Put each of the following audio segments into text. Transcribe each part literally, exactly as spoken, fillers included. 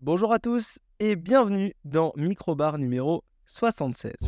Bonjour à tous et bienvenue dans Microbar numéro soixante-seize.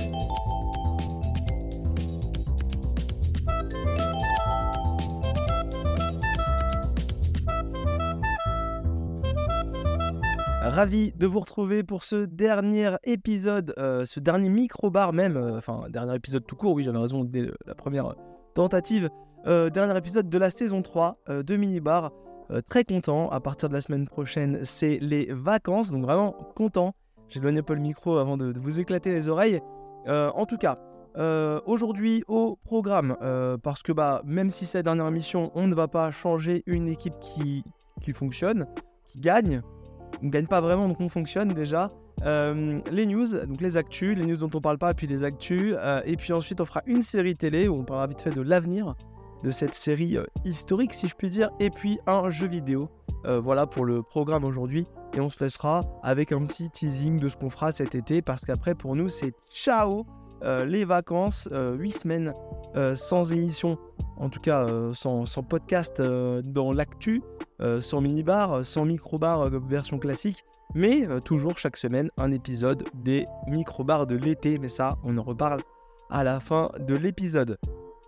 Ravi de vous retrouver pour ce dernier épisode, euh, ce dernier microbar même, euh, enfin dernier épisode tout court, oui j'avais raison dès la première tentative, euh, dernier épisode de la saison trois euh, de Minibar. Euh, très content, à partir de la semaine prochaine c'est les vacances, donc vraiment content. J'éloigne un peu le micro avant de, de vous éclater les oreilles. Euh, en tout cas, euh, aujourd'hui au programme, euh, parce que bah, même si c'est la dernière émission, on ne va pas changer une équipe qui, qui fonctionne, qui gagne. On ne gagne pas vraiment, donc on fonctionne déjà. Euh, les news, donc les actus, les news dont on parle pas, puis les actus. Euh, et puis ensuite, on fera une série télé où on parlera vite fait de l'avenir de cette série euh, historique, si je puis dire. Et puis un jeu vidéo. Euh, voilà pour le programme aujourd'hui. Et on se laissera avec un petit teasing de ce qu'on fera cet été. Parce qu'après, pour nous, c'est ciao euh, les vacances. Euh, huit semaines euh, sans émission. En tout cas, euh, sans, sans podcast euh, dans l'actu. Euh, sans minibar, sans microbar euh, version classique, mais euh, toujours chaque semaine un épisode des microbars de l'été, mais ça on en reparle à la fin de l'épisode.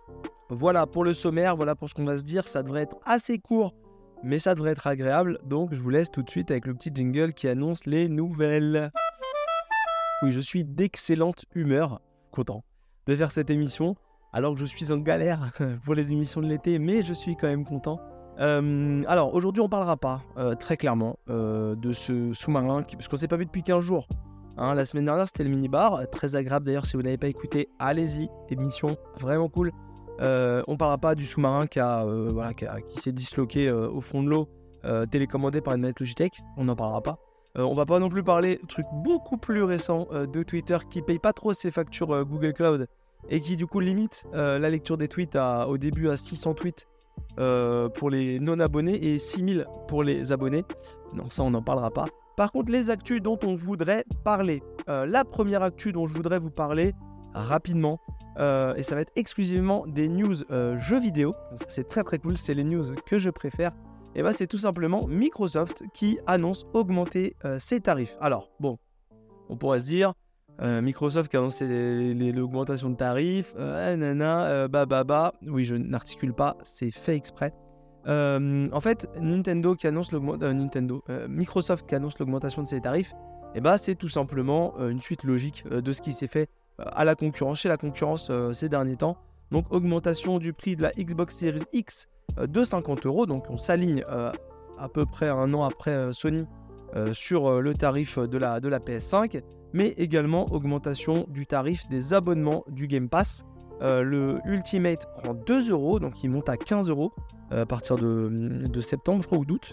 Voilà pour le sommaire, voilà pour ce qu'on va se dire, ça devrait être assez court, mais ça devrait être agréable, donc je vous laisse tout de suite avec le petit jingle qui annonce les nouvelles. Oui, je suis d'excellente humeur, content de faire cette émission, alors que je suis en galère pour les émissions de l'été, mais je suis quand même content. Euh, alors aujourd'hui on parlera pas euh, très clairement euh, de ce sous-marin qui, parce qu'on s'est pas vu depuis quinze jours hein. La semaine dernière c'était le minibar, très agréable d'ailleurs. Si vous n'avez pas écouté, allez-y, émission vraiment cool. Euh, on parlera pas du sous-marin qui, a, euh, voilà, qui, a, qui s'est disloqué euh, au fond de l'eau, euh, télécommandé par une manette Logitech, on n'en parlera pas. Euh, on va pas non plus parler de trucs beaucoup plus récents euh, de Twitter qui paye pas trop ses factures euh, Google Cloud et qui du coup limite euh, la lecture des tweets à, au début à six cents tweets Euh, pour les non-abonnés et six mille pour les abonnés. Non, ça on n'en parlera pas. Par contre, les actus dont on voudrait parler. Euh, la première actu dont je voudrais vous parler rapidement, euh, et ça va être exclusivement des news euh, jeux vidéo. Ça, c'est très très cool, c'est les news que je préfère. Et bah c'est tout simplement Microsoft qui annonce augmenter euh, ses tarifs. Alors, bon, on pourrait se dire... Euh, Microsoft qui a annoncé les, les, l'augmentation de tarifs, euh, nanana, euh, bah bah bah, oui je n'articule pas, c'est fait exprès. Euh, en fait, Nintendo qui annonce l'augmentation, euh, Nintendo, euh, Microsoft qui annonce l'augmentation de ses tarifs, et bah c'est tout simplement euh, une suite logique euh, de ce qui s'est fait euh, à la concurrence, chez la concurrence euh, ces derniers temps. Donc augmentation du prix de la Xbox Series X euh, de cinquante euros, donc on s'aligne euh, à peu près un an après euh, Sony euh, sur euh, le tarif de la, de la P S cinq. Mais également augmentation du tarif des abonnements du Game Pass. Euh, le Ultimate prend deux euros, donc il monte à quinze euros euh, à partir de, de septembre, je crois, ou d'août.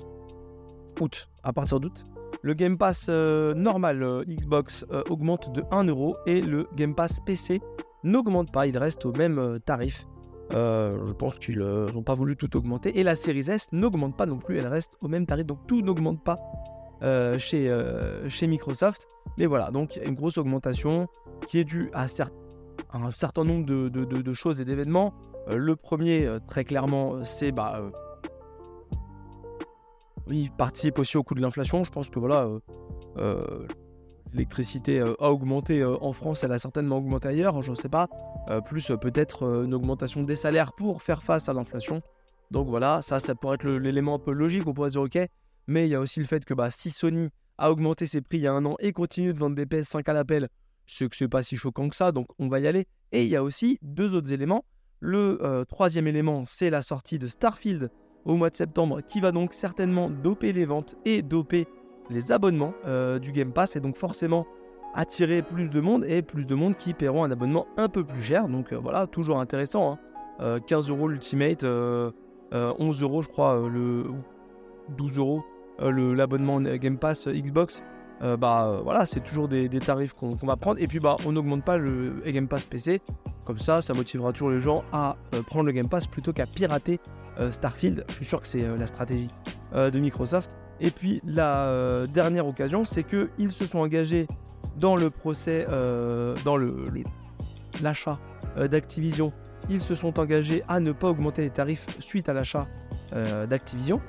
Août, à partir d'août. Le Game Pass euh, normal euh, Xbox euh, augmente de un euro et le Game Pass P C n'augmente pas, il reste au même euh, tarif. Euh, je pense qu'ils n'ont euh, pas voulu tout augmenter. Et la Series S n'augmente pas non plus, elle reste au même tarif, donc tout n'augmente pas euh, chez, euh, chez Microsoft. Mais voilà, donc une grosse augmentation qui est due à, cer- à un certain nombre de, de, de, de choses et d'événements. Euh, le premier, euh, très clairement, c'est... Bah, euh, il participe aussi au coût de l'inflation. Je pense que voilà, euh, euh, l'électricité euh, a augmenté euh, en France, elle a certainement augmenté ailleurs, je ne sais pas. Euh, plus euh, peut-être euh, une augmentation des salaires pour faire face à l'inflation. Donc voilà, ça, ça pourrait être le, l'élément un peu logique, on pourrait se dire ok. Mais il y a aussi le fait que bah, si Sony a augmenté ses prix il y a un an et continue de vendre des P S cinq à l'appel, c'est que c'est pas si choquant que ça, donc on va y aller. Et il y a aussi deux autres éléments. Le euh, troisième élément, c'est la sortie de Starfield au mois de septembre, qui va donc certainement doper les ventes et doper les abonnements euh, du Game Pass, et donc forcément attirer plus de monde, et plus de monde qui paieront un abonnement un peu plus cher. Donc euh, voilà, toujours intéressant, hein. euh, quinze euros l'Ultimate, euh, euh, onze euros je crois, euh, le douze euros Euh, le, l'abonnement Game Pass Xbox, euh, bah euh, voilà, c'est toujours des, des tarifs qu'on, qu'on va prendre. Et puis bah on n'augmente pas le Game Pass P C, comme ça, ça motivera toujours les gens à euh, prendre le Game Pass plutôt qu'à pirater euh, Starfield. Je suis sûr que c'est euh, la stratégie euh, de Microsoft. Et puis la euh, dernière occasion, c'est qu'ils se sont engagés dans le procès, euh, dans le, le, l'achat euh, d'Activision. Ils se sont engagés à ne pas augmenter les tarifs suite à l'achat euh, d'Activision.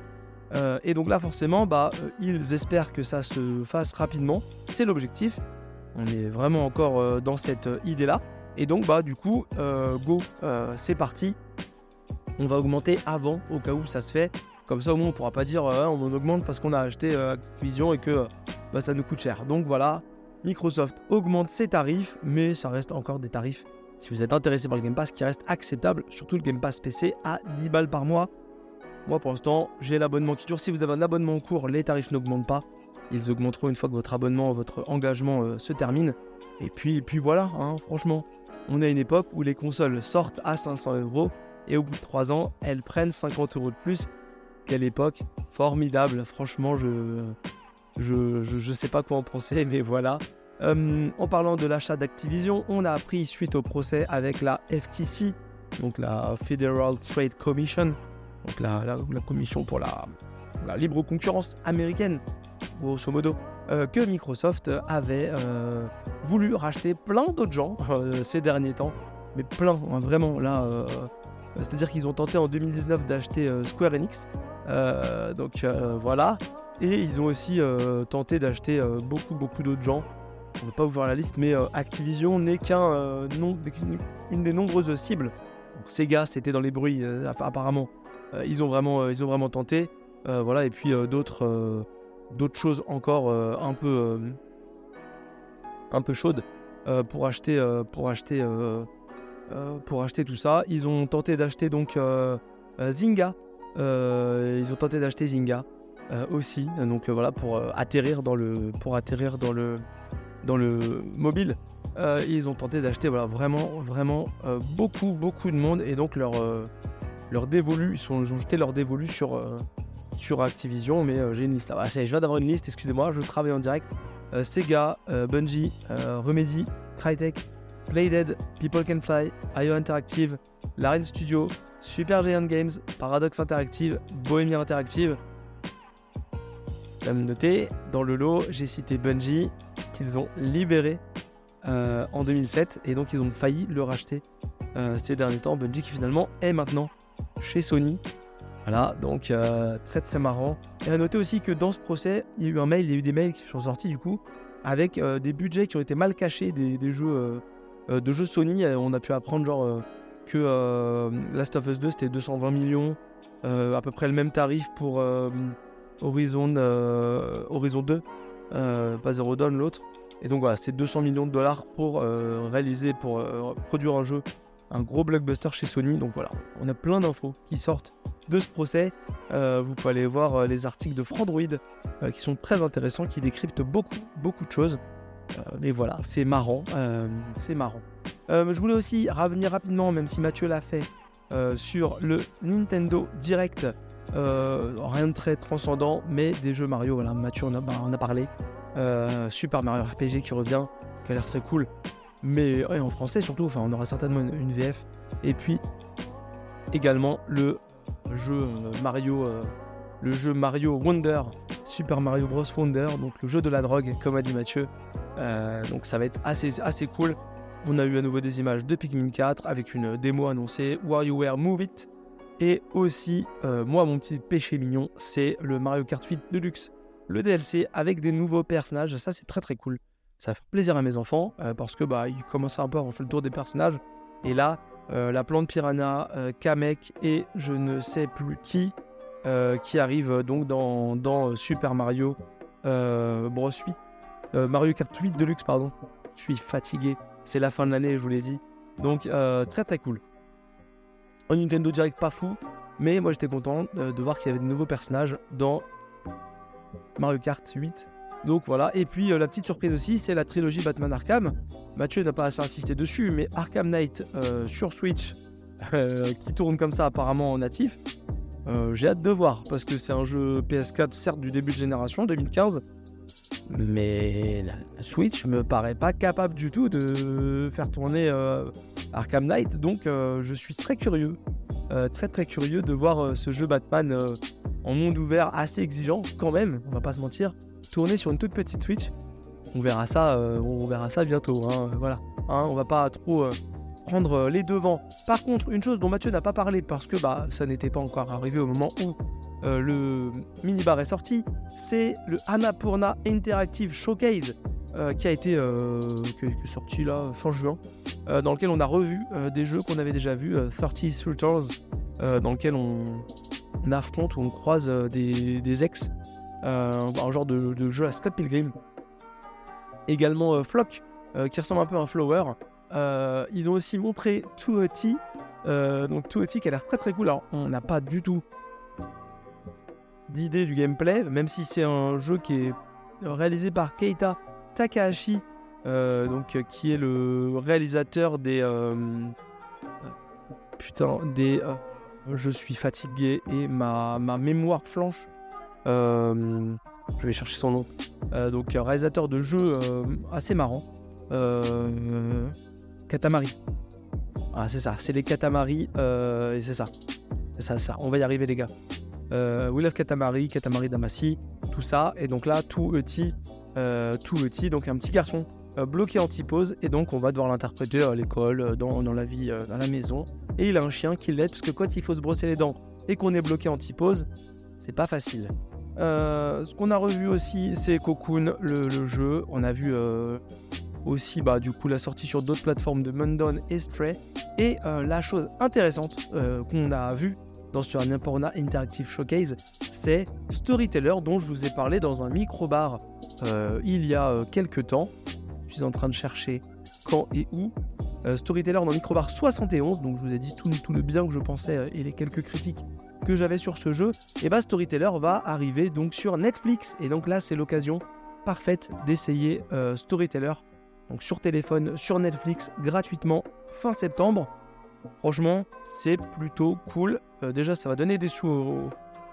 Euh, et donc là, forcément, bah, euh, ils espèrent que ça se fasse rapidement. C'est l'objectif. On est vraiment encore euh, dans cette euh, idée-là. Et donc, bah, du coup, euh, go, euh, c'est parti. On va augmenter avant, au cas où ça se fait. Comme ça, au moins, on ne pourra pas dire euh, on en augmente parce qu'on a acheté euh, Activision et que euh, bah, ça nous coûte cher. Donc voilà, Microsoft augmente ses tarifs, mais ça reste encore des tarifs, si vous êtes intéressé par le Game Pass, qui reste acceptable. Surtout le Game Pass P C à dix balles par mois. Moi, pour l'instant, j'ai l'abonnement qui dure. Si vous avez un abonnement en cours, les tarifs n'augmentent pas. Ils augmenteront une fois que votre abonnement, votre engagement euh, se termine. Et puis, et puis voilà, hein, franchement, on est à une époque où les consoles sortent à cinq cents euros et au bout de trois ans, elles prennent cinquante euros de plus. Quelle époque formidable, franchement, je je, je, je sais pas quoi en penser, mais voilà. Euh, en parlant de l'achat d'Activision, on a appris suite au procès avec la F T C, donc la Federal Trade Commission, donc la, la, la commission pour la, la libre concurrence américaine, grosso modo, euh, que Microsoft avait euh, voulu racheter plein d'autres gens euh, ces derniers temps, mais plein, hein, vraiment, là, euh, c'est-à-dire qu'ils ont tenté en deux mille dix-neuf d'acheter euh, Square Enix, euh, donc euh, voilà, et ils ont aussi euh, tenté d'acheter euh, beaucoup, beaucoup d'autres gens. On ne va pas ouvrir la liste, mais euh, Activision n'est qu'un euh, non, une, une des nombreuses cibles. Donc, Sega, c'était dans les bruits, euh, apparemment. Euh, ils, ont vraiment, euh, ils ont vraiment tenté. Euh, voilà, et puis euh, d'autres, euh, d'autres choses encore euh, un, peu, euh, un peu chaudes euh, pour, acheter, euh, pour, acheter, euh, euh, pour acheter tout ça. Ils ont tenté d'acheter donc euh, euh, Zynga. Euh, ils ont tenté d'acheter Zynga euh, aussi. Donc euh, voilà, pour euh, atterrir dans le, pour atterrir dans le, dans le mobile. Euh, ils ont tenté d'acheter voilà, vraiment, vraiment euh, beaucoup, beaucoup de monde. Et donc leur, euh, leur dévolu, ils, sont, ils ont jeté leur dévolu sur, euh, sur Activision. Mais euh, j'ai une liste. Ah, bah, je viens d'avoir une liste, excusez-moi, je travaille en direct. Euh, Sega, euh, Bungie, euh, Remedy, Crytek, Playdead, People Can Fly, I O Interactive, Larian Studio, Supergiant Games, Paradox Interactive, Bohemia Interactive. Même noté, dans le lot, j'ai cité Bungie, qu'ils ont libéré euh, en deux mille sept, et donc ils ont failli le racheter euh, ces derniers temps. Bungie qui finalement est maintenant chez Sony. Voilà, donc euh, très très marrant. Et à noter aussi que dans ce procès, il y a eu un mail, il y a eu des mails qui sont sortis du coup, avec euh, des budgets qui ont été mal cachés des, des jeux, euh, euh, de jeux Sony. On a pu apprendre genre euh, que euh, Last of Us deux c'était deux cent vingt millions, euh, à peu près le même tarif pour euh, Horizon, euh, Horizon deux, euh, pas Zero Dawn l'autre. Et donc voilà, c'est deux cents millions de dollars pour euh, réaliser, pour euh, produire un jeu, un gros blockbuster chez Sony. Donc voilà, on a plein d'infos qui sortent de ce procès. Euh, vous pouvez aller voir euh, les articles de Frandroid euh, qui sont très intéressants, qui décryptent beaucoup, beaucoup de choses. Euh, mais voilà, c'est marrant, euh, c'est marrant. Euh, je voulais aussi revenir rapidement, même si Mathieu l'a fait, euh, sur le Nintendo Direct. Euh, rien de très transcendant, mais des jeux Mario. Voilà, Mathieu en a, bah, en a parlé. Euh, Super Mario R P G qui revient, qui a l'air très cool. Mais ouais, en français surtout, enfin, on aura certainement une, une V F. Et puis également le jeu euh, Mario, euh, le jeu Mario Wonder, Super Mario Bros Wonder, donc le jeu de la drogue, comme a dit Mathieu. Euh, donc ça va être assez, assez cool. On a eu à nouveau des images de Pikmin quatre avec une démo annoncée, WarioWare Move It. Et aussi, euh, moi, mon petit péché mignon, c'est le Mario Kart huit Deluxe, le D L C avec des nouveaux personnages. Ça, c'est très très cool. Ça va faire plaisir à mes enfants euh, parce que bah, ils commencent un peu à refaire le tour des personnages. Et là, euh, la plante piranha, euh, Kamek et je ne sais plus qui, euh, qui arrivent donc dans, dans Super Mario euh, Bros huit, euh, Mario Kart huit Deluxe, pardon. Je suis fatigué. C'est la fin de l'année, je vous l'ai dit. Donc, euh, très très cool. Un Nintendo Direct pas fou, mais moi j'étais content de, de voir qu'il y avait de nouveaux personnages dans Mario Kart huit. Donc voilà, et puis euh, la petite surprise aussi, c'est la trilogie Batman Arkham. Mathieu n'a pas assez insisté dessus, mais Arkham Knight euh, sur Switch, euh, qui tourne comme ça apparemment en natif, euh, j'ai hâte de voir, parce que c'est un jeu P S quatre, certes du début de génération, deux mille quinze, mais la Switch me paraît pas capable du tout de faire tourner euh, Arkham Knight, donc euh, je suis très curieux, euh, très très curieux de voir euh, ce jeu Batman euh, en monde ouvert assez exigeant quand même, on va pas se mentir, tourner sur une toute petite Switch. On verra ça, euh, on verra ça bientôt, hein, voilà. Hein, on va pas trop euh, prendre les devants. Par contre, une chose dont Mathieu n'a pas parlé parce que bah ça n'était pas encore arrivé au moment où euh, le minibar est sorti, c'est le Annapurna Interactive Showcase euh, qui a été euh, qui est sorti là fin juin, euh, dans lequel on a revu euh, des jeux qu'on avait déjà vus, euh, trente Shooters, euh, dans lequel on, on affronte ou on croise euh, des, des ex, euh, un genre de, de jeu à Scott Pilgrim. Également euh, Flock, euh, qui ressemble un peu à un Flower. Euh, ils ont aussi montré deux T, euh, donc deux T qui a l'air très très cool. Alors on n'a pas du tout d'idée du gameplay, même si c'est un jeu qui est réalisé par Keita Takahashi, euh, donc euh, qui est le réalisateur des euh, putain des euh, je suis fatigué et ma, ma mémoire flanche. Euh, je vais chercher son nom. Euh, donc réalisateur de jeux euh, assez marrants. Euh, Katamari. Ah c'est ça, c'est les Katamari euh, et c'est ça. C'est ça, ça. On va y arriver les gars. Euh, We Love Katamari, Katamari Damacy, tout ça. Et donc là, tout Eti, euh, tout Eti, donc un petit garçon euh, bloqué en T-pose. Et donc on va devoir l'interpréter à l'école, dans, dans la vie, euh, dans la maison. Et il a un chien qui l'aide parce que quand il faut se brosser les dents et qu'on est bloqué en T-pose, c'est pas facile. Euh, ce qu'on a revu aussi, c'est Cocoon, le, le jeu. On a vu euh, aussi bah, du coup la sortie sur d'autres plateformes de Mundown et Stray. Et euh, la chose intéressante euh, qu'on a vue dans ce Annapurna Interactive Showcase, c'est Storyteller, dont je vous ai parlé dans un micro-bar euh, il y a euh, quelques temps. Je suis en train de chercher quand et où. Euh, Storyteller dans micro-bar soixante et onze, donc je vous ai dit tout, tout le bien que je pensais euh, et les quelques critiques que j'avais sur ce jeu. Et bah Storyteller va arriver donc sur Netflix, et donc là c'est l'occasion parfaite d'essayer euh, Storyteller, donc sur téléphone, sur Netflix, gratuitement, fin septembre. Franchement, c'est plutôt cool. Euh, déjà, ça va donner des sous aux,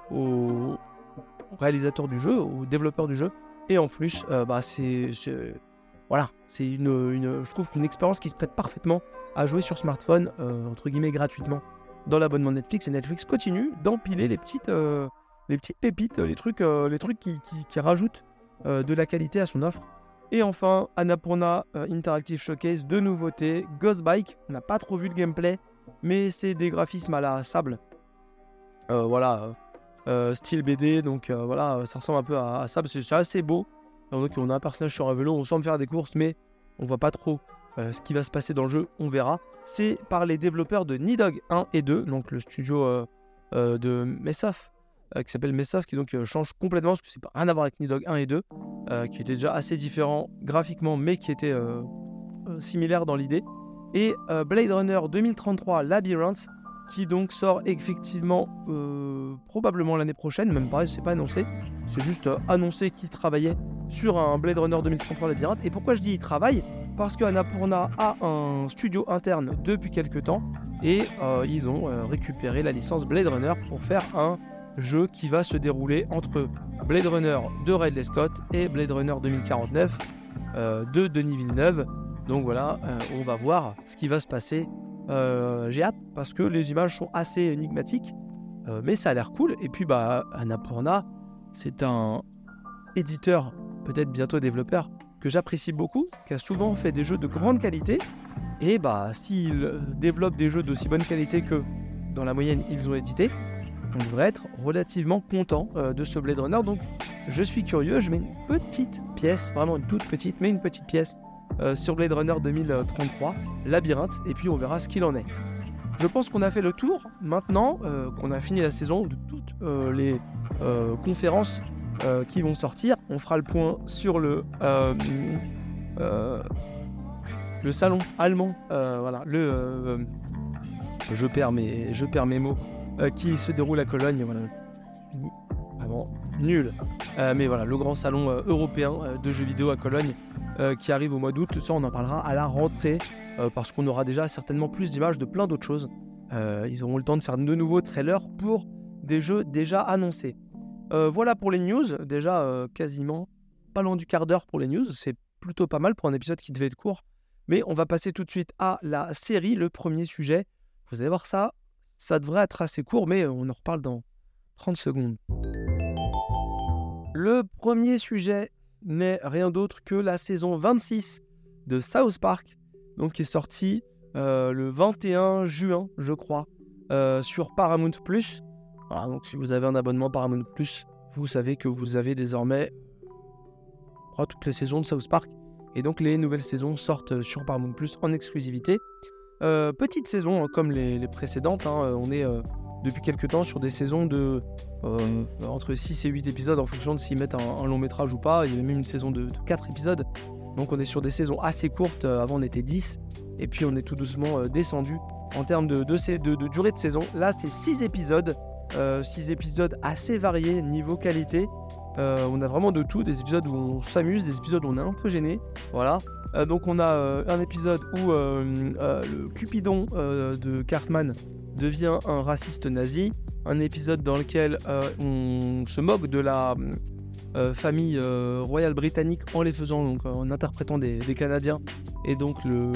aux réalisateurs du jeu, aux développeurs du jeu. Et en plus, euh, bah, c'est, c'est, voilà, c'est une, une, je trouve qu'une expérience qui se prête parfaitement à jouer sur smartphone, euh, entre guillemets, gratuitement, dans l'abonnement Netflix. Et Netflix continue d'empiler les petites, euh, les petites pépites, les trucs, euh, les trucs qui, qui, qui rajoutent euh, de la qualité à son offre. Et enfin, Annapurna euh, Interactive Showcase, de nouveautés, Ghost Bike. On n'a pas trop vu le gameplay, mais c'est des graphismes à la sable. Euh, voilà, euh, euh, style B D, donc euh, voilà, ça ressemble un peu à, à sable, c'est, c'est assez beau. Donc on a un personnage sur un vélo, on semble faire des courses, mais on voit pas trop euh, ce qui va se passer dans le jeu, on verra. C'est par les développeurs de Nidhogg un et deux, donc le studio euh, euh, de Messoff, euh, qui s'appelle Messoff, qui donc euh, change complètement, parce que c'est pas rien à voir avec Nidhogg un et deux, euh, qui était déjà assez différent graphiquement, mais qui était euh, euh, similaire dans l'idée. Et euh, Blade Runner deux mille trente-trois Labyrinth, qui donc sort effectivement euh, probablement l'année prochaine, même pareil, c'est pas annoncé, c'est juste euh, annoncé qu'ils travaillaient sur un Blade Runner deux mille trente-trois Labyrinth. Et pourquoi je dis ils travaillent ? Parce que Annapurna a un studio interne depuis quelques temps, et euh, ils ont euh, récupéré la licence Blade Runner pour faire un jeu qui va se dérouler entre Blade Runner de Ridley Scott et Blade Runner deux mille quarante-neuf euh, de Denis Villeneuve. Donc voilà, euh, on va voir ce qui va se passer. Euh, j'ai hâte parce que les images sont assez énigmatiques, euh, mais ça a l'air cool. Et puis bah Annapurna, c'est un éditeur, peut-être bientôt développeur, que j'apprécie beaucoup, qui a souvent fait des jeux de grande qualité. Et bah s'ils développent des jeux d'aussi bonne qualité que dans la moyenne ils ont édité, on devrait être relativement content euh, de ce Blade Runner. Donc je suis curieux, je mets une petite pièce, vraiment une toute petite, mais une petite pièce euh, sur Blade Runner deux mille trente-trois, Labyrinthe, et puis on verra ce qu'il en est. Je pense qu'on a fait le tour maintenant, euh, qu'on a fini la saison, de toutes euh, les euh, conférences euh, qui vont sortir. On fera le point sur le, euh, euh, le salon allemand, euh, voilà, le, euh, je, perds mes, je perds mes mots, euh, qui se déroule à Cologne, voilà. Vraiment nul. Euh, mais voilà, le grand salon euh, européen euh, de jeux vidéo à Cologne euh, qui arrive au mois d'août. Ça, on en parlera à la rentrée euh, parce qu'on aura déjà certainement plus d'images de plein d'autres choses. Euh, ils auront le temps de faire de nouveaux trailers pour des jeux déjà annoncés. Euh, voilà pour les news. Déjà, euh, quasiment pas loin du quart d'heure pour les news. C'est plutôt pas mal pour un épisode qui devait être court. Mais on va passer tout de suite à la série, le premier sujet. Vous allez voir ça, ça devrait être assez court, mais on en reparle dans trente secondes. Le premier sujet n'est rien d'autre que la saison vingt-six de South Park, donc qui est sortie euh, le vingt et un juin, je crois, euh, sur Paramount plus. Voilà, donc si vous avez un abonnement Paramount Plus, vous savez que vous avez désormais je crois, toutes les saisons de South Park. Et donc les nouvelles saisons sortent sur Paramount Plus en exclusivité. Euh, petite saison hein, comme les, les précédentes, hein, on est euh, depuis quelques temps sur des saisons de euh, entre six et huit épisodes en fonction de s'ils mettent un, un long métrage ou pas. Il y avait même une saison de, de quatre épisodes. Donc on est sur des saisons assez courtes, avant on était dix. Et puis on est tout doucement euh, descendu en termes de, de, de, de durée de saison. Là c'est six épisodes, euh, six épisodes assez variés niveau qualité. Euh, on a vraiment de tout, des épisodes où on s'amuse, des épisodes où on est un peu gêné. Voilà. Euh, donc on a euh, un épisode où euh, euh, le Cupidon euh, de Cartman devient un raciste nazi. Un épisode dans lequel euh, on se moque de la euh, famille euh, royale britannique en les faisant, donc en interprétant des, des Canadiens. Et donc le,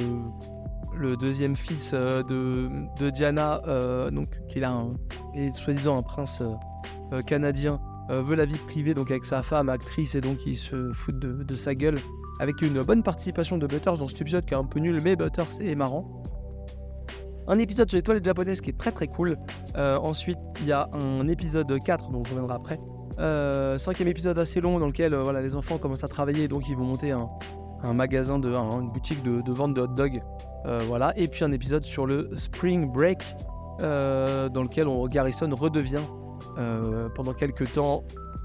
le deuxième fils euh, de, de Diana, euh, donc qui a un, est soi-disant un prince euh, euh, canadien, euh, veut la vie privée donc avec sa femme actrice et donc il se fout de, de sa gueule. Avec une bonne participation de Butters dans cet épisode qui est un peu nul, mais Butters est marrant. Un épisode sur les toilettes japonaises qui est très très cool. Euh, ensuite, il y a un épisode quatre, dont je reviendrai après. Euh, cinquième épisode assez long dans lequel euh, voilà, les enfants commencent à travailler, donc ils vont monter un, un magasin, de, un, une boutique de, de vente de hot dogs. Euh, voilà. Et puis un épisode sur le Spring Break, euh, dans lequel on, Garrison redevient euh, pendant quelques temps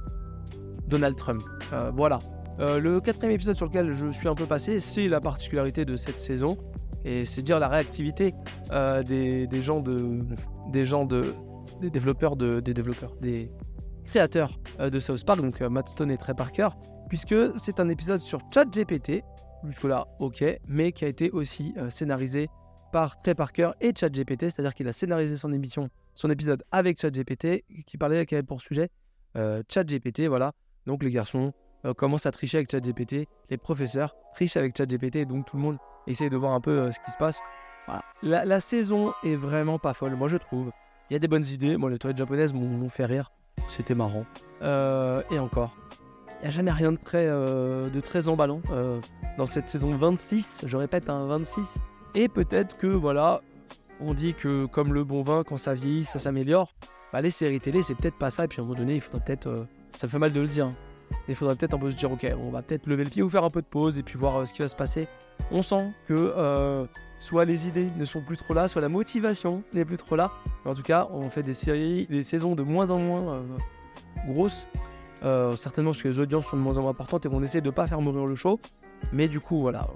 Donald Trump. Euh, voilà. Euh, le quatrième épisode sur lequel je suis un peu passé, c'est la particularité de cette saison, et c'est dire la réactivité euh, des, des gens de, des gens de, des développeurs de, des développeurs, des créateurs euh, de South Park, donc euh, Matt Stone et Trey Parker, puisque c'est un épisode sur ChatGPT, jusque là ok, mais qui a été aussi euh, scénarisé par Trey Parker et ChatGPT, c'est-à-dire qu'il a scénarisé son émission, son épisode avec ChatGPT, qui parlait, qui avait pour sujet euh, ChatGPT, voilà, donc les garçons Euh, commence à tricher avec ChatGPT, les professeurs trichent avec ChatGPT, donc tout le monde essaye de voir un peu euh, ce qui se passe. Voilà. La, la saison est vraiment pas folle, moi je trouve. Il y a des bonnes idées, moi les toilettes japonaises m'ont, m'ont fait rire, c'était marrant. Euh, et encore, il n'y a jamais rien de très, euh, de très emballant euh, dans cette saison vingt-six, je répète, un vingt-six. Et peut-être que voilà, on dit que comme le bon vin, quand ça vieillit, ça s'améliore. Bah, les séries télé, c'est peut-être pas ça, et puis à un moment donné, il faudrait peut-être... Euh, ça me fait mal de le dire, hein. Il faudrait peut-être un peu se dire ok, on va peut-être lever le pied ou faire un peu de pause et puis voir euh, ce qui va se passer. On sent que euh, soit les idées ne sont plus trop là, soit la motivation n'est plus trop là. Mais en tout cas, on fait des séries, des saisons de moins en moins euh, grosses. Euh, certainement parce que les audiences sont de moins en moins importantes et qu'on essaie de pas faire mourir le show. Mais du coup, voilà.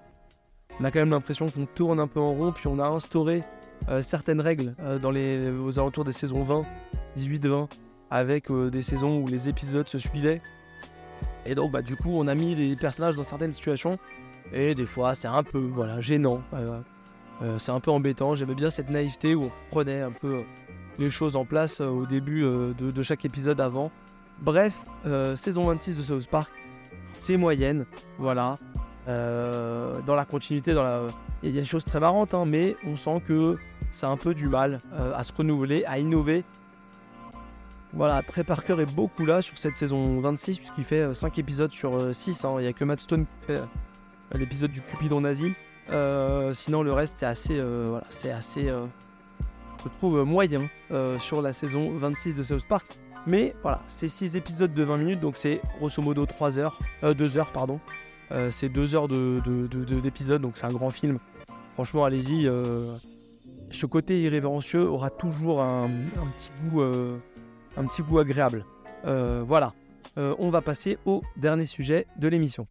On a quand même l'impression qu'on tourne un peu en rond, puis on a instauré euh, certaines règles euh, dans les, aux alentours des saisons vingt, dix-huit vingt, avec euh, des saisons où les épisodes se suivaient. Et donc bah, du coup on a mis des personnages dans certaines situations et des fois c'est un peu voilà, gênant, euh, euh, c'est un peu embêtant. J'aimais bien cette naïveté où on prenait un peu euh, les choses en place euh, au début euh, de, de chaque épisode avant. Bref, euh, saison vingt-six de South Park, c'est moyenne, voilà. Euh, dans la continuité, dans la... il y a des choses très marrantes, hein, mais on sent que ça a un peu du mal euh, à se renouveler, à innover. Voilà, Trey Parker est beaucoup là sur cette saison vingt-six puisqu'il fait euh, cinq épisodes sur euh, six. Hein. Il n'y a que Matt Stone qui fait euh, l'épisode du Cupidon nazi. Euh, sinon, le reste, c'est assez, euh, voilà, c'est assez euh, je trouve, moyen euh, sur la saison vingt-six de South Park. Mais voilà, c'est six épisodes de vingt minutes, donc c'est grosso modo trois heures, euh, deux heures, pardon. Euh, c'est deux heures de, de, de, de, d'épisode, donc c'est un grand film. Franchement, allez-y. Euh, ce côté irrévérencieux aura toujours un, un petit goût... Euh, un petit goût agréable. Euh, voilà. Euh, on va passer au dernier sujet de l'émission.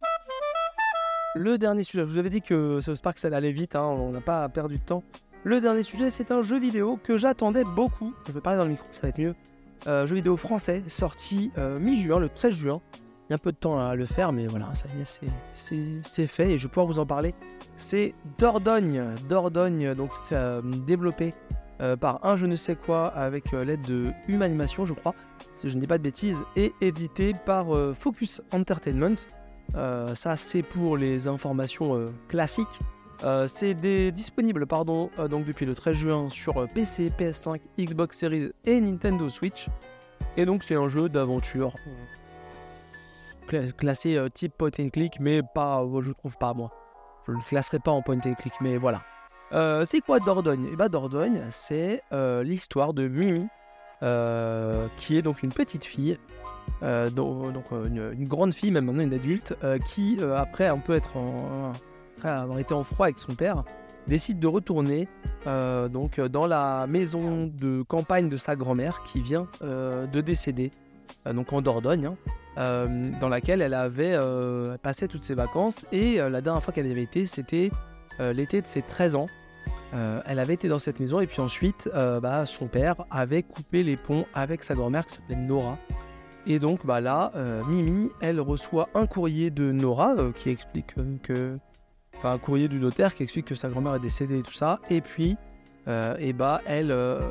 Le dernier sujet, je vous avais dit que South Park ça allait vite, hein, on n'a pas perdu de temps. Le dernier sujet, c'est un jeu vidéo que j'attendais beaucoup. Je vais parler dans le micro, ça va être mieux. Euh, jeu vidéo français, sorti euh, mi-juin, le treize juin. Il y a un peu de temps à le faire, mais voilà, ça y est, c'est, c'est, c'est fait et je vais pouvoir vous en parler. C'est Dordogne. Dordogne, donc euh, développé Euh, par un je ne sais quoi avec euh, l'aide de Humanimation je crois, si je ne dis pas de bêtises, et édité par euh, Focus Entertainment. Euh, ça c'est pour les informations euh, classiques. Euh, c'est des, disponible pardon, euh, donc depuis le treize juin sur euh, P C, P S cinq, Xbox Series et Nintendo Switch. Et donc c'est un jeu d'aventure cla- classé euh, type point and click, mais pas, euh, je trouve pas moi. Je ne le classerai pas en point and click, mais voilà. Euh, c'est quoi Dordogne ? Et bah Dordogne, c'est euh, l'histoire de Mimi, euh, qui est donc une petite fille, euh, donc, donc une, une grande fille, même maintenant une adulte, euh, qui, euh, après un peu être en, après avoir été en froid avec son père, décide de retourner euh, donc, dans la maison de campagne de sa grand-mère qui vient euh, de décéder, euh, donc en Dordogne, hein, euh, dans laquelle elle avait euh, passé toutes ses vacances. Et euh, la dernière fois qu'elle avait été, c'était euh, l'été de ses treize ans. Euh, elle avait été dans cette maison et puis ensuite, euh, bah, son père avait coupé les ponts avec sa grand-mère qui s'appelait Nora. Et donc bah, là, euh, Mimi, elle reçoit un courrier de Nora euh, qui explique euh, que... Enfin, un courrier du notaire qui explique que sa grand-mère est décédée et tout ça. Et puis, euh, et bah, elle euh,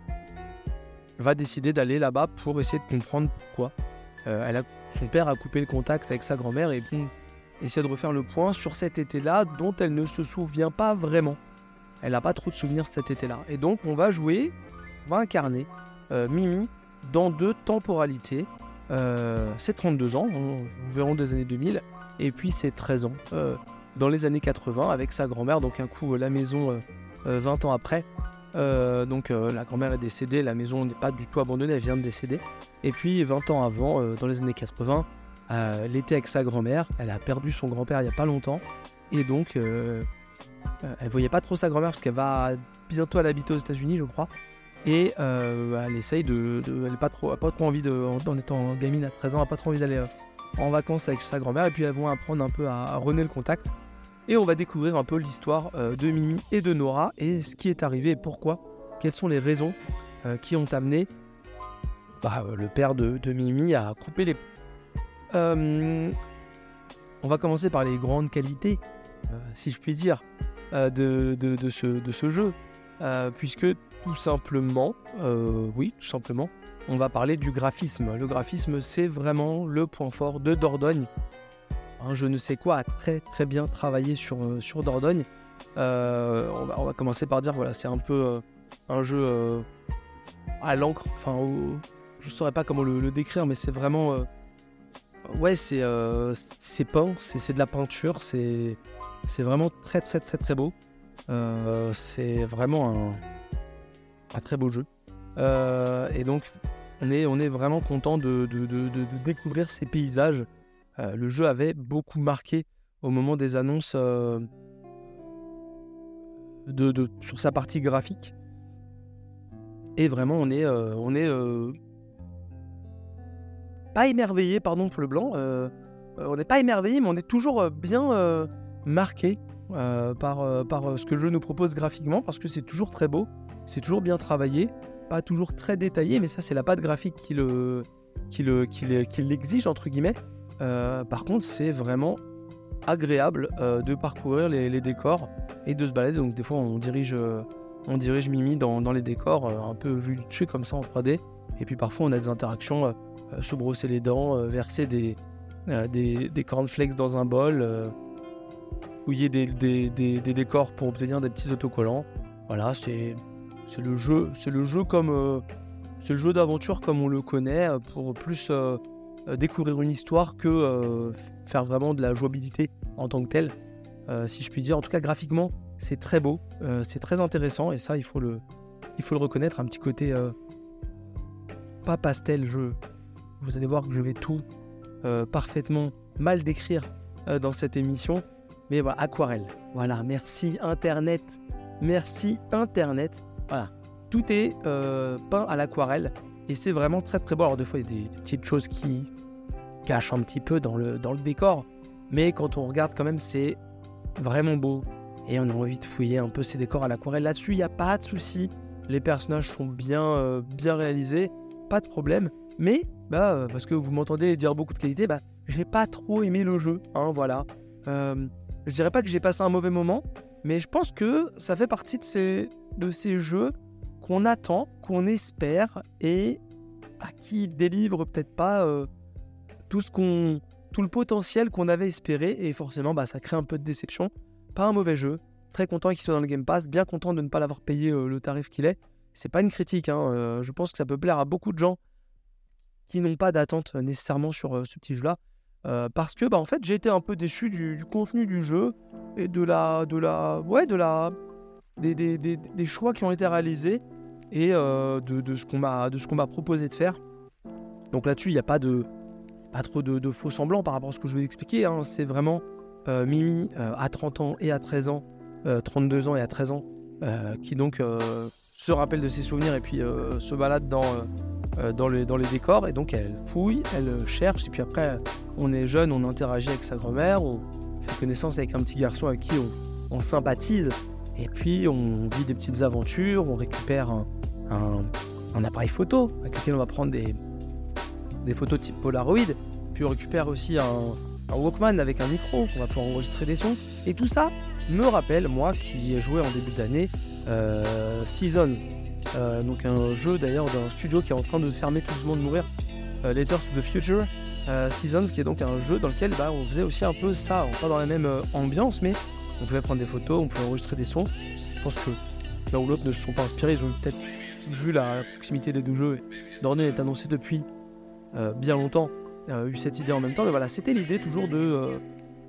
va décider d'aller là-bas pour essayer de comprendre pourquoi. Euh, elle a, son père a coupé le contact avec sa grand-mère et bon, essayer de refaire le point sur cet été-là dont elle ne se souvient pas vraiment. Elle n'a pas trop de souvenirs de cet été-là. Et donc, on va jouer, on va incarner euh, Mimi dans deux temporalités. Euh, c'est trente-deux ans, on, on verra des années deux mille, et puis c'est treize ans. Euh, dans les années quatre-vingts avec sa grand-mère, donc un coup la maison euh, euh, vingt ans après, euh, donc euh, la grand-mère est décédée, la maison n'est pas du tout abandonnée, elle vient de décéder, et puis vingt ans avant, euh, dans les années quatre-vingts, euh, elle était avec sa grand-mère, elle a perdu son grand-père il n'y a pas longtemps, et donc euh, euh, elle voyait pas trop sa grand-mère parce qu'elle va bientôt aller habiter aux États-Unis je crois, et euh, elle essaye de, de elle n'a pas trop, pas trop envie de, en, en étant gamine à treize ans, elle n'a pas trop envie d'aller euh, en vacances avec sa grand-mère, et puis elles vont apprendre un peu à, à renouer le contact. Et on va découvrir un peu l'histoire euh, de Mimi et de Nora et ce qui est arrivé et pourquoi. Quelles sont les raisons euh, qui ont amené bah, euh, le père de, de Mimi à couper les... Euh, on va commencer par les grandes qualités, euh, si je puis dire, euh, de, de, de, ce, de ce jeu. Euh, puisque tout simplement, euh, oui, tout simplement, on va parler du graphisme. Le graphisme, c'est vraiment le point fort de Dordogne. Un je ne sais quoi a très très bien travaillé sur, euh, sur Dordogne. Euh, on, va, on va commencer par dire voilà, c'est un peu euh, un jeu euh, à l'encre. Enfin, au, je ne saurais pas comment le, le décrire, mais c'est vraiment euh, ouais, c'est euh, c'est peint, c'est, c'est de la peinture, c'est c'est vraiment très très très très beau. Euh, c'est vraiment un, un très beau jeu. Euh, et donc on est on est vraiment content de, de, de, de, de découvrir ces paysages. Euh, le jeu avait beaucoup marqué au moment des annonces euh, de, de, sur sa partie graphique. Et vraiment, on est, euh, on est euh, pas émerveillé, pardon pour le blanc, euh, on n'est pas émerveillé, mais on est toujours bien euh, marqué euh, par, euh, par ce que le jeu nous propose graphiquement, parce que c'est toujours très beau, c'est toujours bien travaillé, pas toujours très détaillé, mais ça, c'est la patte graphique qui, le, qui, le, qui, le, qui l'exige, entre guillemets. Euh, par contre, c'est vraiment agréable euh, de parcourir les, les décors et de se balader. Donc des fois, on dirige, euh, on dirige Mimi dans, dans les décors, euh, un peu vu du dessus comme ça en trois D. Et puis parfois, on a des interactions, euh, se brosser les dents, euh, verser des, euh, des, des cornflakes dans un bol, euh, fouiller des, des, des, des décors pour obtenir des petits autocollants. Voilà, c'est, c'est le jeu, c'est le jeu comme, euh, c'est le jeu d'aventure comme on le connaît, pour plus euh, découvrir une histoire que euh, faire vraiment de la jouabilité en tant que telle, euh, si je puis dire. En tout cas, graphiquement, c'est très beau, euh, c'est très intéressant, et ça, il faut le, il faut le reconnaître, un petit côté euh, pas pastel. Je, vous allez voir que je vais tout euh, parfaitement mal décrire euh, dans cette émission, mais voilà, aquarelle. Voilà, merci Internet, merci Internet. Voilà, tout est euh, peint à l'aquarelle. Et c'est vraiment très très beau. Alors des fois, il y a des, des petites choses qui cachent un petit peu dans le, dans le décor. Mais quand on regarde quand même, c'est vraiment beau. Et on a envie de fouiller un peu ces décors à l'aquarelle. Là-dessus, il n'y a pas de souci. Les personnages sont bien, euh, bien réalisés. Pas de problème. Mais, bah, parce que vous m'entendez dire beaucoup de qualité, bah, j'ai pas trop aimé le jeu. Hein, voilà. Euh, je dirais pas que j'ai passé un mauvais moment. Mais je pense que ça fait partie de ces, de ces jeux qu'on attend, qu'on espère, et bah, qui délivre peut-être pas euh, tout ce qu'on, tout le potentiel qu'on avait espéré, et forcément bah, ça crée un peu de déception. Pas un mauvais jeu, très content qu'il soit dans le Game Pass, bien content de ne pas l'avoir payé euh, le tarif qu'il est. C'est pas une critique, hein, euh, je pense que ça peut plaire à beaucoup de gens qui n'ont pas d'attente euh, nécessairement sur euh, ce petit jeu-là, euh, parce que bah, en fait j'ai été un peu déçu du, du contenu du jeu et de la, de la, ouais, de la, des, des, des, des choix qui ont été réalisés. et euh, de, de, ce qu'on m'a, de ce qu'on m'a proposé de faire. Donc là-dessus, il n'y a pas, de, pas trop de, de faux semblants par rapport à ce que je vous ai expliqué. Hein. C'est vraiment euh, Mimi euh, à trente ans et à treize ans, euh, trente-deux ans et à treize ans, euh, qui donc euh, se rappelle de ses souvenirs et puis euh, se balade dans, euh, dans, les, dans les décors. Et donc elle fouille, elle cherche. Et puis après, on est jeune, on interagit avec sa grand-mère, on fait connaissance avec un petit garçon avec qui on, on sympathise. Et puis on vit des petites aventures, on récupère un, un, un appareil photo avec lequel on va prendre des, des photos type Polaroid. Puis on récupère aussi un, un Walkman avec un micro, on va pouvoir enregistrer des sons. Et tout ça me rappelle, moi qui ai joué en début d'année, euh, Season, euh, donc un jeu d'ailleurs d'un studio qui est en train de fermer tout doucement de mourir, euh, Letters to the Future, euh, Seasons, qui est donc un jeu dans lequel bah, on faisait aussi un peu ça, pas dans la même euh, ambiance, mais on pouvait prendre des photos, on pouvait enregistrer des sons. Je pense que l'un ou l'autre ne se sont pas inspirés, ils ont peut-être vu la proximité des deux jeux. Dordogne est annoncé depuis euh, bien longtemps, euh, eu cette idée en même temps, mais voilà, c'était l'idée toujours de, euh,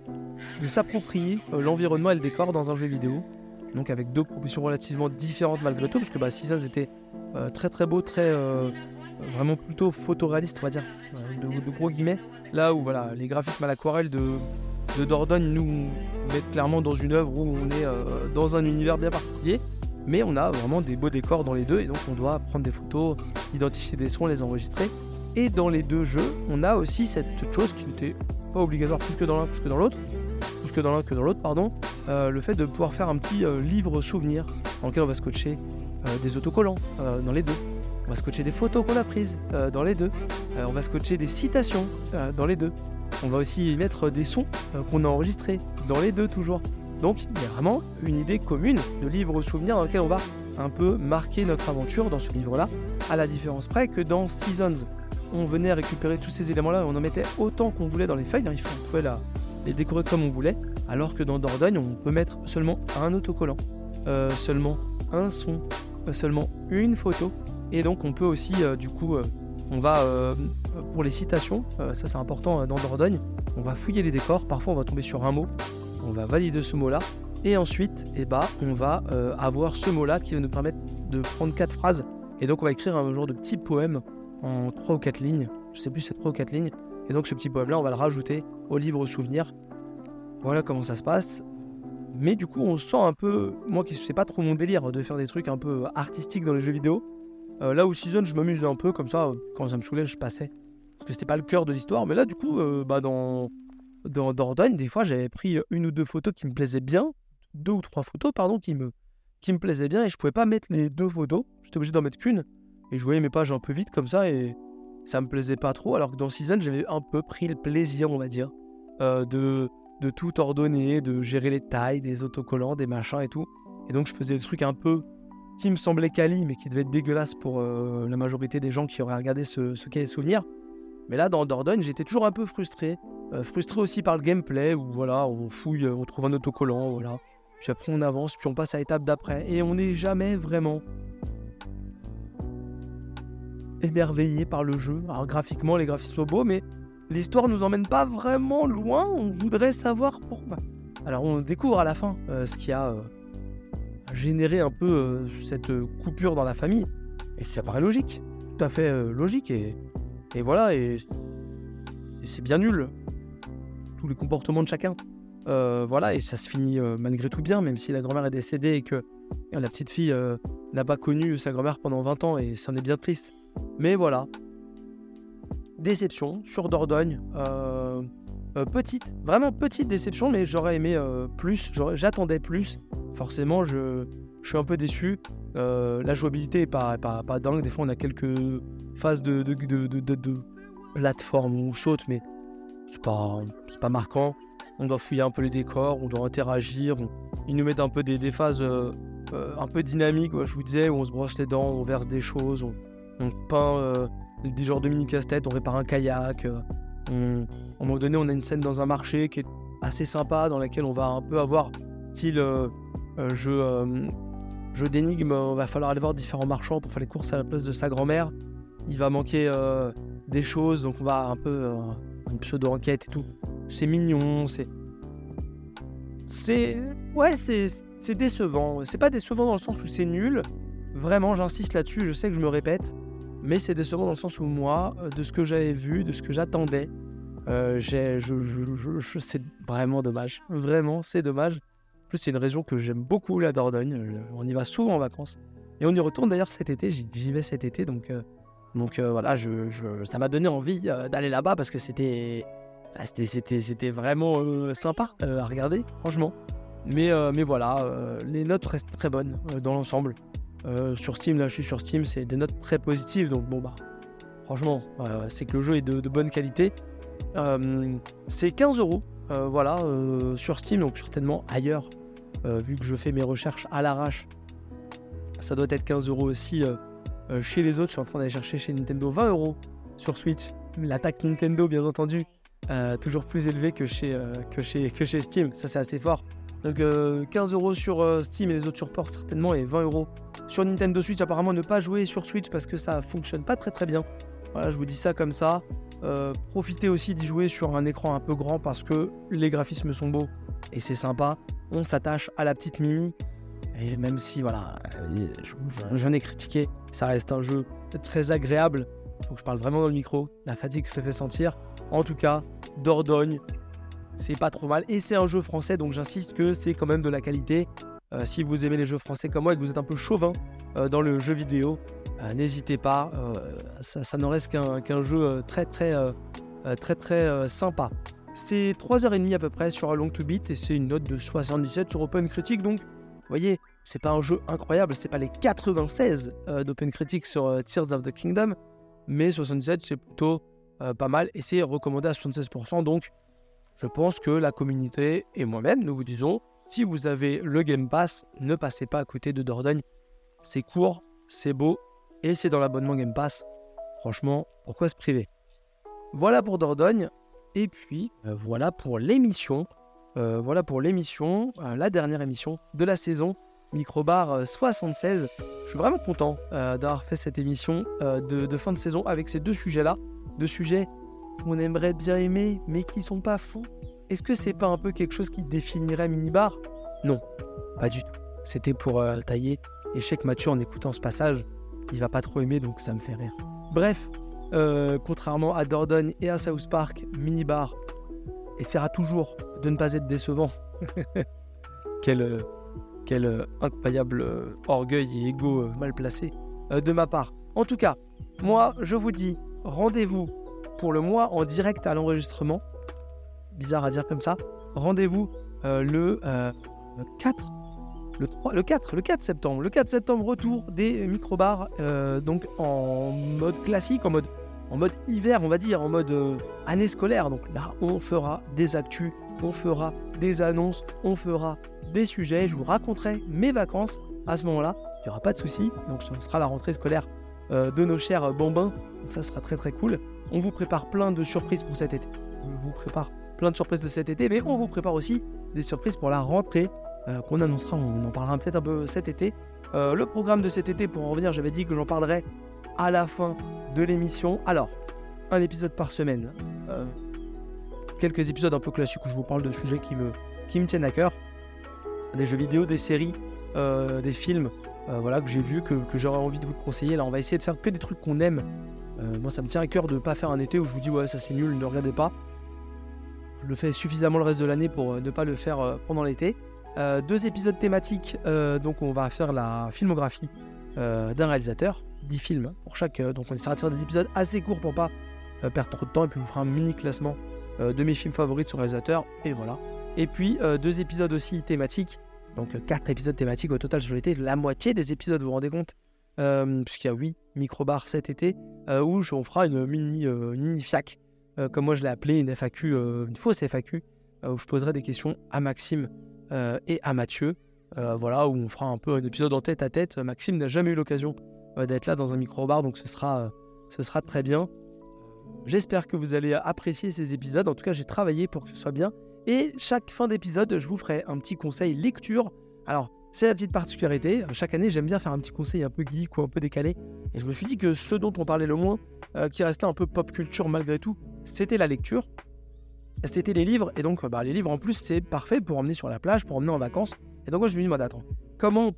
de s'approprier euh, l'environnement et le décor dans un jeu vidéo. Donc avec deux propositions relativement différentes malgré tout, parce que bah, Seasons était euh, très très beau, très euh, vraiment plutôt photoréaliste, on va dire, euh, de, de gros guillemets. Là où voilà, les graphismes à l'aquarelle de de Dordogne nous mettent clairement dans une œuvre où on est euh, dans un univers bien particulier, mais on a vraiment des beaux décors dans les deux, et donc on doit prendre des photos, identifier des sons, les enregistrer. Et dans les deux jeux, on a aussi cette chose qui n'était pas obligatoire plus que dans l'un plus que dans l'autre, plus que dans l'un que dans l'autre, pardon, euh, le fait de pouvoir faire un petit euh, livre souvenir dans lequel on va scotcher euh, des autocollants euh, dans les deux. On va scotcher des photos qu'on a prises euh, dans les deux. Euh, on va scotcher des citations euh, dans les deux. On va aussi y mettre des sons euh, qu'on a enregistrés dans les deux toujours. Donc il y a vraiment une idée commune de livre souvenir dans lequel on va un peu marquer notre aventure dans ce livre-là, à la différence près que dans Seasons, on venait récupérer tous ces éléments-là et on en mettait autant qu'on voulait dans les feuilles, hein, on pouvait la, les décorer comme on voulait, alors que dans Dordogne, on peut mettre seulement un autocollant, euh, seulement un son, euh, seulement une photo, et donc on peut aussi, euh, du coup, euh, on va, euh, pour les citations, euh, ça c'est important euh, dans Dordogne, on va fouiller les décors, parfois on va tomber sur un mot, on va valider ce mot-là, et ensuite, eh bah, on va euh, avoir ce mot-là qui va nous permettre de prendre quatre phrases, et donc on va écrire un genre de petit poème en trois ou quatre lignes, je sais plus si c'est trois ou quatre lignes, et donc ce petit poème-là, on va le rajouter au livre souvenir. Voilà comment ça se passe. Mais du coup, on sent un peu, moi qui sais pas trop mon délire de faire des trucs un peu artistiques dans les jeux vidéo, euh, là où Season, je m'amuse un peu comme ça, quand ça me saoulait, je passais. Parce que c'était pas le cœur de l'histoire, mais là, du coup, euh, bah, dans, dans Dordogne, des fois, j'avais pris une ou deux photos qui me plaisaient bien, deux ou trois photos, pardon, qui me, qui me plaisaient bien, et je pouvais pas mettre les deux photos, j'étais obligé d'en mettre qu'une, et je voyais mes pages un peu vite comme ça, et ça me plaisait pas trop, alors que dans Season, j'avais un peu pris le plaisir, on va dire, euh, de... de tout ordonner, de gérer les tailles, des autocollants, des machins et tout. Et donc je faisais des trucs un peu qui me semblaient quali, mais qui devaient être dégueulasses pour euh, la majorité des gens qui auraient regardé ce, ce cahier souvenir. Mais là, dans Dordogne, j'étais toujours un peu frustré. Euh, frustré aussi par le gameplay, où voilà, on fouille, on trouve un autocollant, voilà. Puis après on avance, puis on passe à l'étape d'après. Et on n'est jamais vraiment émerveillé par le jeu. Alors graphiquement, les graphismes sont beaux, mais l'histoire nous emmène pas vraiment loin, on voudrait savoir pourquoi. Alors on découvre à la fin euh, ce qui a euh, généré un peu euh, cette coupure dans la famille, et ça paraît logique, tout à fait euh, logique, et, et voilà, et, et c'est bien nul, tous les comportements de chacun. Euh, voilà, et ça se finit euh, malgré tout bien, même si la grand-mère est décédée et que et la petite fille euh, n'a pas connu sa grand-mère pendant vingt ans, et c'en est bien triste. Mais voilà. Déception sur Dordogne, euh, euh, petite, vraiment petite déception, mais j'aurais aimé euh, plus, j'attendais plus, forcément je, je suis un peu déçu, euh, la jouabilité est pas, pas, pas dingue, des fois on a quelques phases de, de, de, de, de, de plateforme où on saute, mais c'est pas, c'est pas marquant, on doit fouiller un peu les décors, on doit interagir, on, ils nous mettent un peu des, des phases euh, euh, un peu dynamiques, ouais, je vous disais, où on se brosse les dents, on verse des choses, on, on peint... Euh, des genres de mini casse-tête, on répare un kayak, euh, on, à un moment donné on a une scène dans un marché qui est assez sympa, dans laquelle on va un peu avoir style euh, euh, jeu, euh, jeu d'énigmes, on va falloir aller voir différents marchands pour faire les courses à la place de sa grand-mère, il va manquer euh, des choses, donc on va un peu euh, une pseudo-enquête et tout, c'est mignon, c'est... c'est... ouais, c'est, c'est décevant, c'est pas décevant dans le sens où c'est nul, Vraiment, j'insiste là-dessus, je sais que je me répète, mais c'est décevant dans le sens où moi, de ce que j'avais vu, de ce que j'attendais, euh, j'ai, je, je, je, je, c'est vraiment dommage. Vraiment, c'est dommage. En plus, c'est une région que j'aime beaucoup, la Dordogne. On y va souvent en vacances. Et on y retourne d'ailleurs cet été, j'y, j'y vais cet été, donc, euh, donc euh, voilà, je, je, ça m'a donné envie euh, d'aller là-bas parce que c'était, c'était, c'était, c'était vraiment euh, sympa euh, à regarder, franchement. Mais, euh, mais voilà, euh, les notes restent très bonnes euh, dans l'ensemble. Euh, sur Steam, là je suis sur Steam, c'est des notes très positives, donc bon bah, franchement, euh, c'est que le jeu est de, de bonne qualité. Euh, c'est quinze euros, euh, voilà, euh, sur Steam, donc certainement ailleurs, euh, vu que je fais mes recherches à l'arrache, ça doit être quinze euros aussi euh, euh, chez les autres. Je suis en train d'aller chercher chez Nintendo vingt euros sur Switch. L'attaque Nintendo, bien entendu, euh, toujours plus élevée que chez, euh, que, chez, que chez Steam, ça c'est assez fort. Donc euh, quinze euros sur euh, Steam et les autres sur Port certainement, et vingt euros sur Nintendo Switch. Apparemment ne pas jouer sur Switch parce que ça fonctionne pas très très bien. Voilà, je vous dis ça comme ça. Euh, profitez aussi d'y jouer sur un écran un peu grand parce que les graphismes sont beaux et c'est sympa. On s'attache à la petite Mimi. Et même si, voilà, je, je, j'en ai critiqué, ça reste un jeu très agréable. Donc je parle vraiment dans le micro, la fatigue se fait sentir. En tout cas, Dordogne, c'est pas trop mal. Et c'est un jeu français, donc j'insiste que c'est quand même de la qualité. Euh, si vous aimez les jeux français comme moi et que vous êtes un peu chauvin euh, dans le jeu vidéo, euh, n'hésitez pas. Euh, ça, ça ne reste qu'un, qu'un jeu euh, très très euh, très très euh, sympa. C'est trois heures trente à peu près sur A Long to Beat et c'est une note de soixante-dix-sept sur OpenCritic. Donc, vous voyez, c'est pas un jeu incroyable, c'est pas les quatre-vingt-seize euh, d'OpenCritic sur euh, Tears of the Kingdom, mais soixante-dix-sept c'est plutôt euh, pas mal et c'est recommandé à soixante-seize pour cent. Donc, je pense que la communauté et moi-même, nous vous disons, si vous avez le Game Pass, ne passez pas à côté de Dordogne. C'est court, c'est beau et c'est dans l'abonnement Game Pass. Franchement, pourquoi se priver ? Voilà pour Dordogne. Et puis, euh, voilà pour l'émission. Euh, voilà pour l'émission, euh, la dernière émission de la saison, Microbar euh, soixante-seize. Je suis vraiment content euh, d'avoir fait cette émission euh, de, de fin de saison avec ces deux sujets-là. Deux sujets qu'on aimerait bien aimer, mais qui sont pas fous. Est-ce que c'est pas un peu quelque chose qui définirait Minibar ? Non, pas du tout. C'était pour euh, tailler. Et je sais que Mathieu, en écoutant ce passage, il va pas trop aimer, donc ça me fait rire. Bref, euh, contrairement à Dordogne et à South Park, Minibar essaiera toujours de ne pas être décevant. quel, euh, quel euh, incroyable euh, orgueil et ego euh, mal placé euh, de ma part. En tout cas, moi, je vous dis rendez-vous pour le mois en direct à l'enregistrement. Bizarre à dire comme ça. Rendez-vous euh, le euh, quatre, le trois, le quatre, le quatre septembre. Le quatre septembre, retour des microbars, euh, donc en mode classique, en mode, en mode hiver, on va dire, en mode euh, année scolaire. Donc là, on fera des actus, on fera des annonces, on fera des sujets. Je vous raconterai mes vacances à ce moment-là. Il n'y aura pas de souci. Donc ce sera la rentrée scolaire euh, de nos chers bambins. Donc ça sera très très cool. On vous prépare plein de surprises pour cet été. On vous prépare plein de surprises de cet été, mais on vous prépare aussi des surprises pour la rentrée euh, qu'on annoncera, on en parlera peut-être un peu cet été. Euh, le programme de cet été, pour en revenir, j'avais dit que j'en parlerai à la fin de l'émission. Alors, un épisode par semaine, euh, quelques épisodes un peu classiques où je vous parle de sujets qui me, qui me tiennent à cœur, des jeux vidéo, des séries, euh, des films, euh, voilà, que j'ai vus, que, que j'aurais envie de vous conseiller. Là, on va essayer de faire que des trucs qu'on aime. Euh, moi, ça me tient à cœur de ne pas faire un été où je vous dis ouais, ça c'est nul, ne regardez pas. Je le fais suffisamment le reste de l'année pour euh, ne pas le faire euh, pendant l'été. Euh, deux épisodes thématiques, euh, donc on va faire la filmographie euh, d'un réalisateur, dix films pour chaque. Euh, donc on essaiera de faire des épisodes assez courts pour pas euh, perdre trop de temps, et puis je vous ferai un mini classement euh, de mes films favoris de ce réalisateur, et voilà. Et puis euh, deux épisodes aussi thématiques, donc euh, quatre épisodes thématiques au total sur l'été, la moitié des épisodes, vous vous rendez compte, euh, puisqu'il y a huit microbars cet été, euh, où on fera une mini, euh, une mini fiac. Euh, comme moi je l'ai appelé, une F A Q, euh, une fausse F A Q, euh, où je poserai des questions à Maxime euh, et à Mathieu. Euh, voilà, où on fera un peu un épisode en tête à tête. Maxime n'a jamais eu l'occasion euh, d'être là dans un micro-bar, donc ce sera, euh, ce sera très bien. J'espère que vous allez apprécier ces épisodes. En tout cas, j'ai travaillé pour que ce soit bien. Et chaque fin d'épisode, je vous ferai un petit conseil lecture. Alors, c'est la petite particularité. Chaque année, j'aime bien faire un petit conseil un peu geek ou un peu décalé. Et je me suis dit que ce dont on parlait le moins, euh, qui restait un peu pop culture malgré tout, c'était la lecture. C'était les livres. Et donc, bah, les livres, en plus, c'est parfait pour emmener sur la plage, pour emmener en vacances. Et donc, moi, je me dis, moi, attends, comment on peut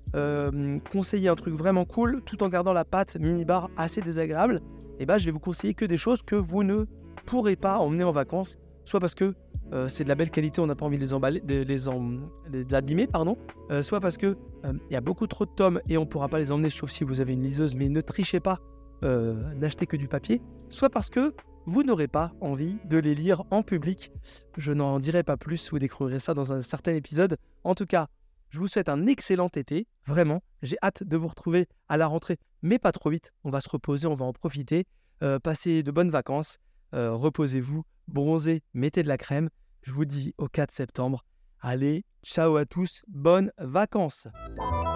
euh, conseiller un truc vraiment cool tout en gardant la pâte minibar assez désagréable, et ben je vais vous conseiller que des choses que vous ne pourrez pas emmener en vacances, soit parce que euh, c'est de la belle qualité, on n'a pas envie de les emballer, de les, en, de les abîmer, pardon, euh, soit parce que il euh, y a beaucoup trop de tomes et on ne pourra pas les emmener, sauf si vous avez une liseuse, mais ne trichez pas, euh, n'achetez que du papier, soit parce que vous n'aurez pas envie de les lire en public. Je n'en dirai pas plus, vous découvrirez ça dans un certain épisode. En tout cas, je vous souhaite un excellent été, vraiment. J'ai hâte de vous retrouver à la rentrée, mais pas trop vite. On va se reposer, on va en profiter. Euh, passez de bonnes vacances, euh, reposez-vous, bronzez, mettez de la crème. Je vous dis au quatre septembre. Allez, ciao à tous, bonnes vacances.